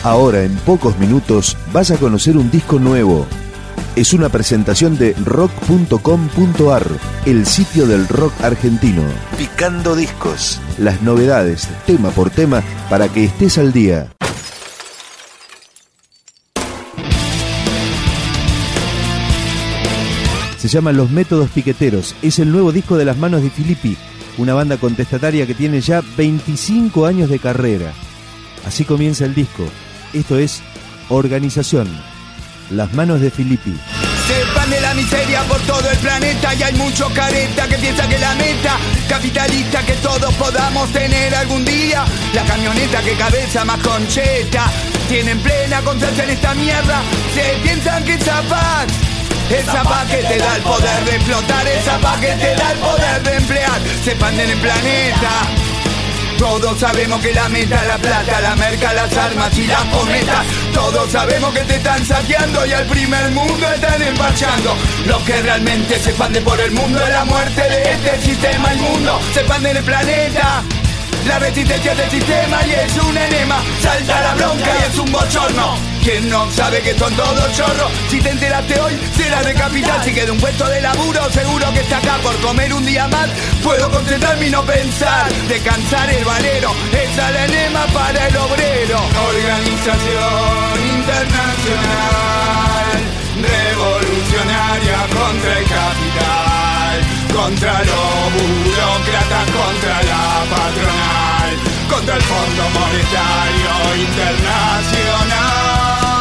Ahora, en pocos minutos, vas a conocer un disco nuevo. Es una presentación de rock.com.ar, el sitio del rock argentino. Picando discos. Las novedades, tema por tema, para que estés al día. Se llama Los Métodos Piqueteros. Es el nuevo disco de Las Manos de Filippi, una banda contestataria que tiene ya 25 años de carrera. Así comienza el disco. Esto es Organización. Las Manos de Filippi. Se expande la miseria por todo el planeta y hay mucho careta que piensa que la meta capitalista que todos podamos tener algún día. La camioneta que cabeza más concheta tienen plena confianza en esta mierda. Se piensan que esa paz que te da el poder de explotar, esa paz que te da el poder de emplear. Se expanden el planeta. Todos sabemos que la meta es la plata, la merca, las armas y las cometas. Todos sabemos que te están saqueando y al primer mundo están empachando. Los que realmente se expanden por el mundo es la muerte de este sistema inmundo. Se expande en el planeta la resistencia del sistema y es un enema. Salta la bronca y es un bochorno. Quien no sabe que son todos chorros, si te enteraste hoy será de capital. Si queda un puesto de laburo seguro que está acá por comer un día más. Puedo concentrarme y no pensar, descansar el valero, esa es la enema para el obrero. Organización internacional revolucionaria contra el capital, contra los burócratas, contra la patronal, contra el Fondo Monetario Internacional.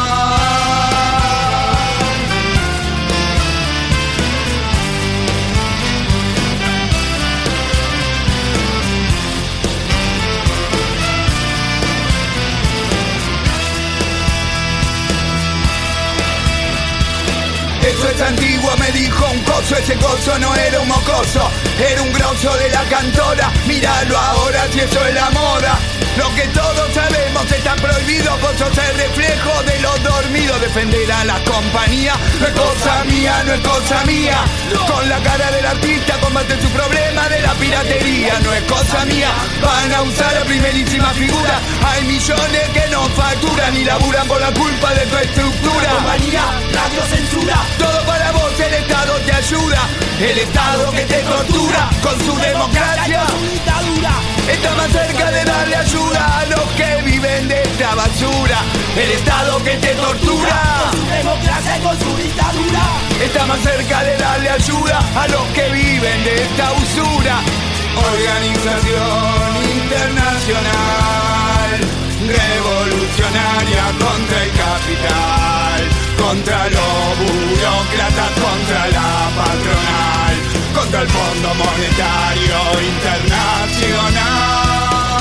Eso es antiguo, me dijo un coso, ese coso no era un mocoso, era un grosso de la cantora. Míralo ahora si eso es la moda. Lo que todos sabemos está prohibido, vos sos el reflejo de los dormidos. Defender a la compañía no es cosa mía, no es cosa mía. Con la cara del artista combate su problema de la piratería. No es cosa mía, van a usar la primerísima figura. Hay millones que no facturan y laburan por la culpa de tu estructura. Compañía, radio censura, todo para vos, el Estado te ayuda. El Estado que te tortura con su democracia, con su dictadura. Está más cerca de darle ayuda a los que viven de esta basura. El Estado que te tortura con su democracia y con su dictadura. Está más cerca de darle ayuda a los que viven de esta usura. Organización internacional revolucionaria contra el capital, contra los burócratas, contra la patronal, contra el Fondo Monetario Internacional.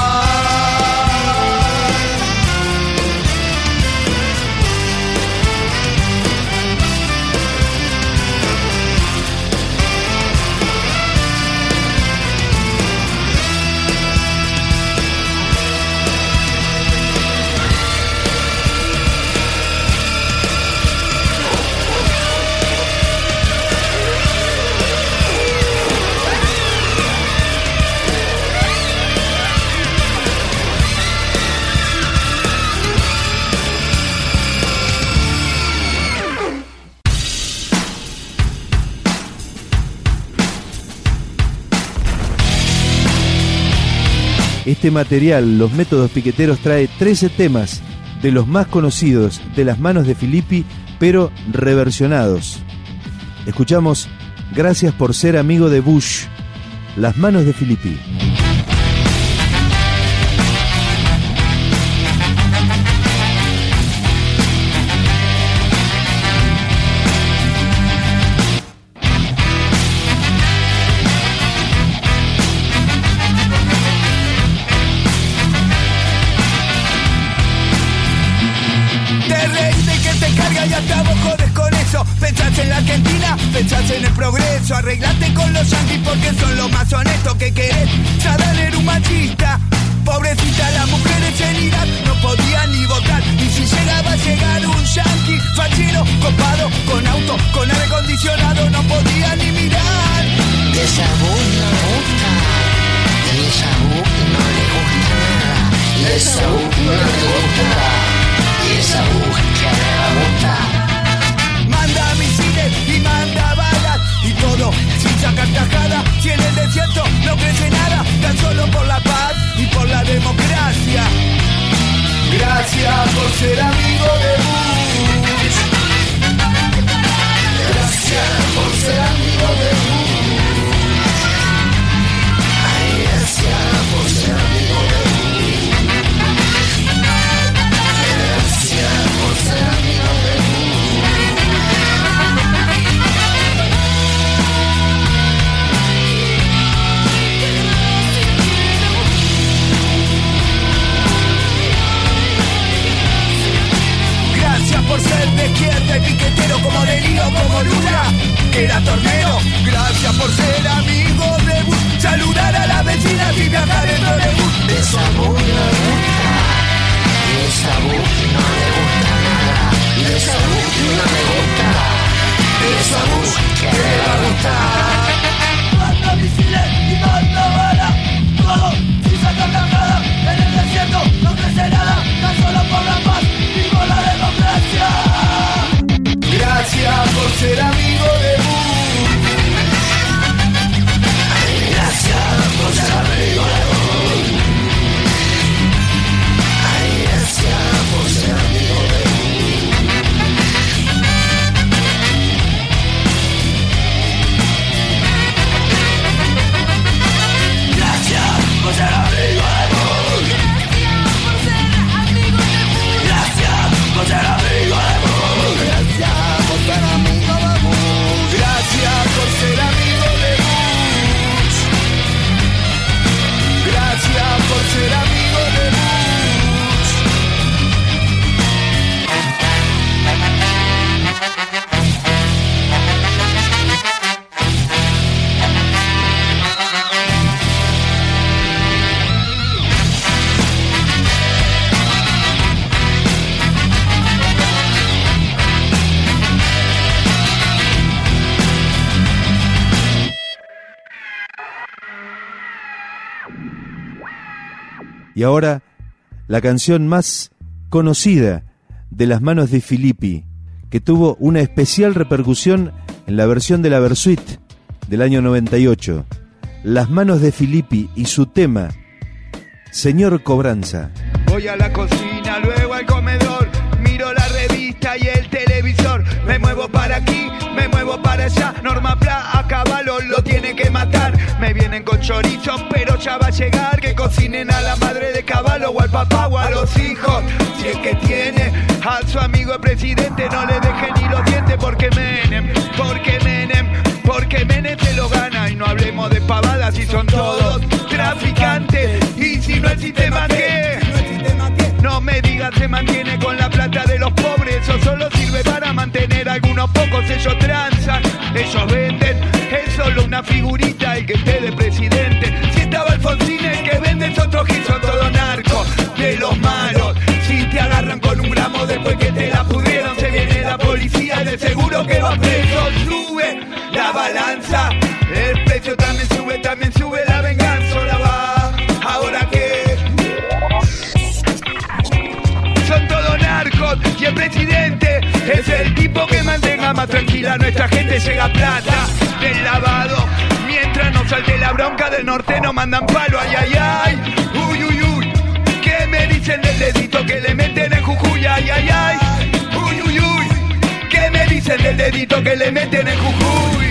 Este material, Los Métodos Piqueteros, trae 13 temas de los más conocidos de Las Manos de Filippi, pero reversionados. Escuchamos Gracias por ser amigo de Bush, Las Manos de Filippi. Pensás en la Argentina, pensás en el progreso. Arreglate con los yanquis porque son los más honestos que querés. Saddam era un machista, pobrecita las mujeres en Irak no podían ni votar. Y si llegaba a llegar un yanqui fachero, copado, con auto, con aire acondicionado, no podía ni mirar. De esa voz no gusta, de esa voz no le gusta nada, de esa voz no le gusta, esa búsqueda me gusta. Manda misiles y manda balas y todo sin sacar tajada. Si en el desierto no crece nada, tan solo por la paz y por la democracia. Gracias por ser amigo de Bush. Gracias por ser amigo de Bush. Ay, gracias por ser amigo de Bush. Gracias por ser amigo de Bush. Por ser de izquierda y piquetero como Delío, como Lula, que era tornero. Gracias por ser amigo de Bush. Saludar a las vecinas y viajar dentro de Bush. De esa Bush no le gusta. De esa Bush no le gusta nada. De esa Bush no me gusta. De esa Bush que me va a gustar. Manda misiles y manda balas. Todo sin sacar tajada. En el desierto no crece nada. Tan solo por la paz y por la democracia. Gracias por ser amigo de Bush. Gracias por ser amigo de Bush. Ay, gracias por ser amigo de Bush. Gracias por ser amigo de Bush. Gracias por ser amigo de Bush. Gracias por ser amigo de Bush. Gracias por ser amigo de Bush. Gracias por ser amigo de Bush. Y ahora, la canción más conocida de Las Manos de Filippi, que tuvo una especial repercusión en la versión de la Versuit del año 98. Las Manos de Filippi y su tema, Señor Cobranza. Voy a la cocina, luego al comedor, miro la revista y el televisor. Me muevo para aquí, me muevo para allá. Norma Pla a caballo lo tiene que matar. Me vienen con chorizo, pero ya va a llegar. Que cocinen a la madre de caballo o al papá o a los hijos. Si es que tiene a su amigo el presidente, no le deje ni los dientes. Porque Menem se lo gana. Y no hablemos de pavadas si son todos traficantes. Y si no el sistema ¿qué? No me digas se mantiene con la plata de los pobres. Eso solo sirve para mantener a algunos pocos. Ellos transan, ellos venden. Es solo una figurita el que esté de presidente. Si estaba Alfonsín el que vende es otro gil. Son todos narcos de los malos. Si te agarran con un gramo después que te la pudrieron, se viene la policía y de seguro que va preso. Sube la balanza, el precio también sube la venganza. Ahora va, ahora que son todos narcos y el presidente es el tipo que mantenga más tranquila a nuestra gente. Llega plata del lavado, mientras no salte la bronca del norte no mandan palo. Ay, ay, ay, uy, uy, uy. ¿Qué me dicen del dedito que le meten en Jujuy? Ay, ay, ay, uy, uy, uy. ¿Qué me dicen del dedito que le meten en Jujuy?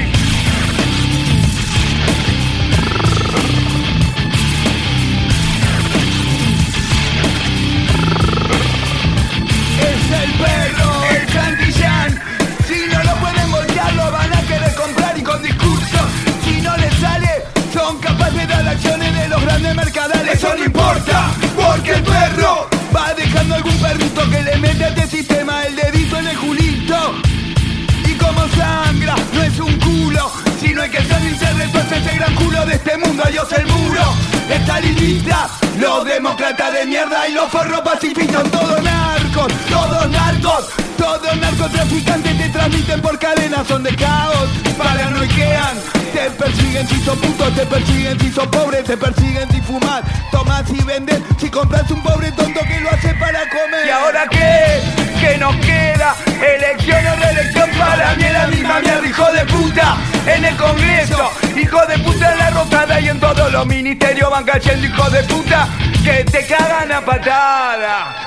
Es el perro, el Santillán. Si no lo pueden voltear, lo van a querer comprar y con discurso. Si no les sale, son capaces de dar acciones de los grandes mercadales. Eso no importa, porque el perro va dejando algún perrito que le mete a este sistema el dedito en el culito. Y como sangra, no es un culo, sino hay que salirse de todo ese gran culo de este mundo. Adiós el muro, estalinista, los demócratas de mierda y los forros pacifistas. Son todos narcos, todos narcotraficantes. Te transmiten por cadenas, son de caos, paranoiquean. Te persiguen si sos puto, te persiguen si sos pobre, te persiguen si fumas, tomas y vendes, si compras un pobre tonto que lo hace para comer. ¿Y ahora qué? nos queda. Elección o reelección para mí es la misma mierda, hijo de puta. En el Congreso, hijo de puta en la rotada y en todos los ministerios van cayendo hijos de puta que te cagan a patada.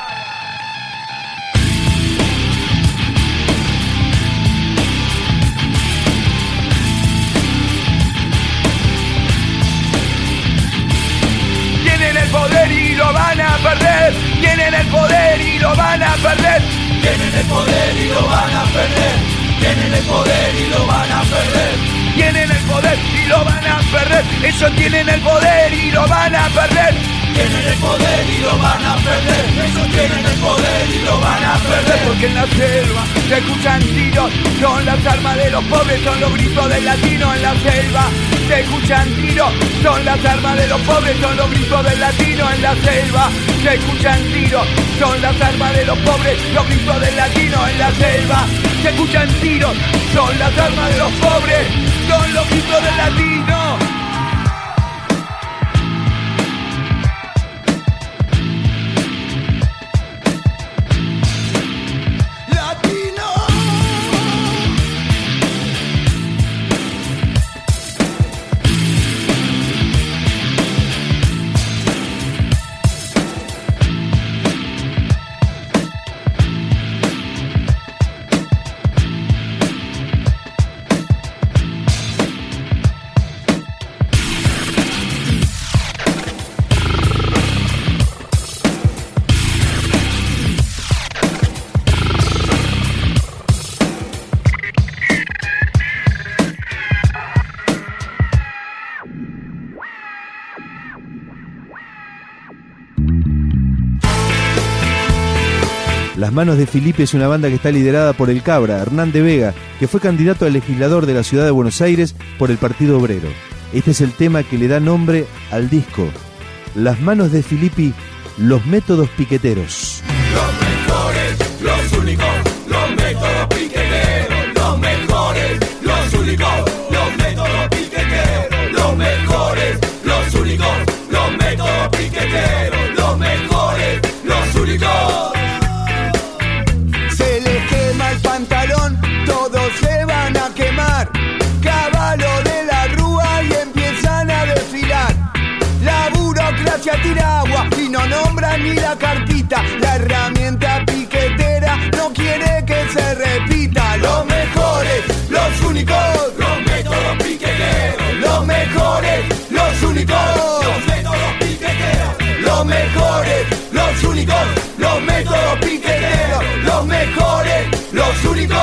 Tienen el poder y lo van a perder. Tienen el poder y lo van a perder. Tienen el poder y lo van a perder. Tienen el poder y lo van a perder. Tienen el poder y lo van a perder. Ellos tienen el poder y lo van a perder. Tienen el poder y lo van a perder. Ellos tienen el poder y lo van a perder. Porque en la selva se escuchan tiros. Son las armas de los pobres, son los gritos del latino en la selva. Se escuchan tiros, son las armas de los pobres, son los gritos del latino en la selva. Se escuchan tiros, son las armas de los pobres, los gritos del latino en la selva. Se escuchan tiros, son las armas de los pobres, son los gritos del latino. Las Manos de Filipe es una banda que está liderada por el Cabra, Hernán de Vega, que fue candidato a legislador de la ciudad de Buenos Aires por el Partido Obrero. Este es el tema que le da nombre al disco. Las Manos de Filipe, los métodos piqueteros. Los mejores, los únicos, los métodos piqueteros. Los mejores, los únicos, los métodos piqueteros. Los mejores, los únicos, los métodos piqueteros. Los mejores, los únicos. Se les quema el pantalón, todos se van a quemar. Caballo de la rúa y empiezan a desfilar. La burocracia tira agua y no nombran ni la carpita. La herramienta piquetera no quiere que se repita. Los mejores, los únicos, Los métodos piqueteros. los mejores, los únicos, Los métodos piqueteros. los mejores, los únicos, los métodos piqueteros, los mejores, los únicos.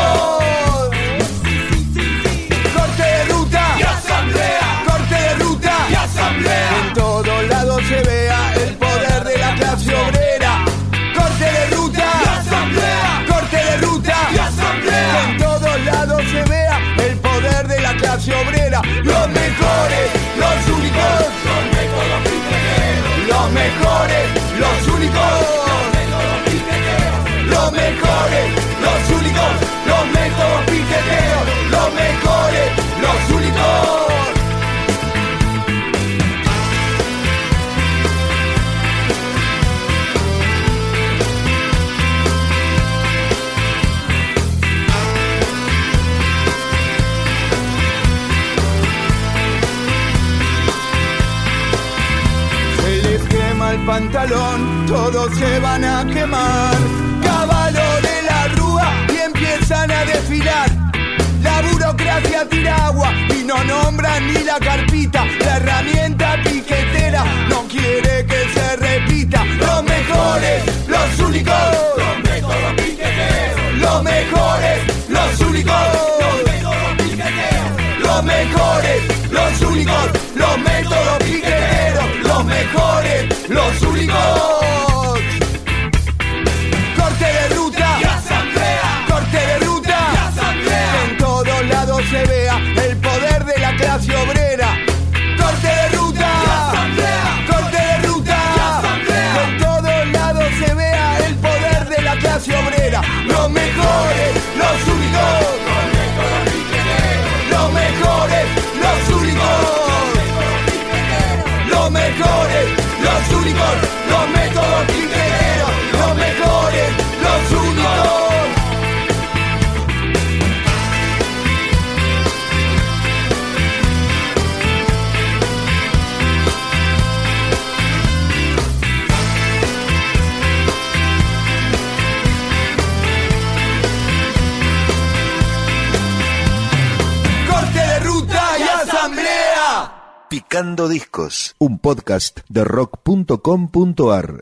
Corte de ruta Y asamblea. corte de ruta Y asamblea. en todos lados se vea el poder de la clase obrera. Corte de ruta Y asamblea. corte de ruta Y asamblea. en todos lados se vea el poder de la clase obrera. Los mejores, los únicos, Los métodos piqueteros. los mejores, los únicos, Los métodos piqueteros. los mejores, los únicos, los métodos piqueteros, los mejores, los únicos. Se les quema el pantalón, todos se van a quemar. Caballo de la rúa y empiezan a desfilar. La burocracia tira agua y no nombran ni la carpita. La herramienta piquetera no quiere que se repita. Los mejores, los únicos, Los métodos piqueteros. los mejores, los únicos, Los métodos piqueteros. los mejores, los únicos, los métodos piqueteros, los mejores, los únicos. Corte de ruta Y asamblea. corte de ruta Y asamblea. que en todos lados se vea el poder de la clase obrera. Corte de ruta Y asamblea. corte de ruta Y asamblea. que en todos lados se vea el poder de la clase obrera. Los mejores, los únicos, Los métodos piqueteros. los mejores, los únicos, Los métodos piqueteros. los mejores, los únicos, los métodos Picando Discos, un podcast de rock.com.ar.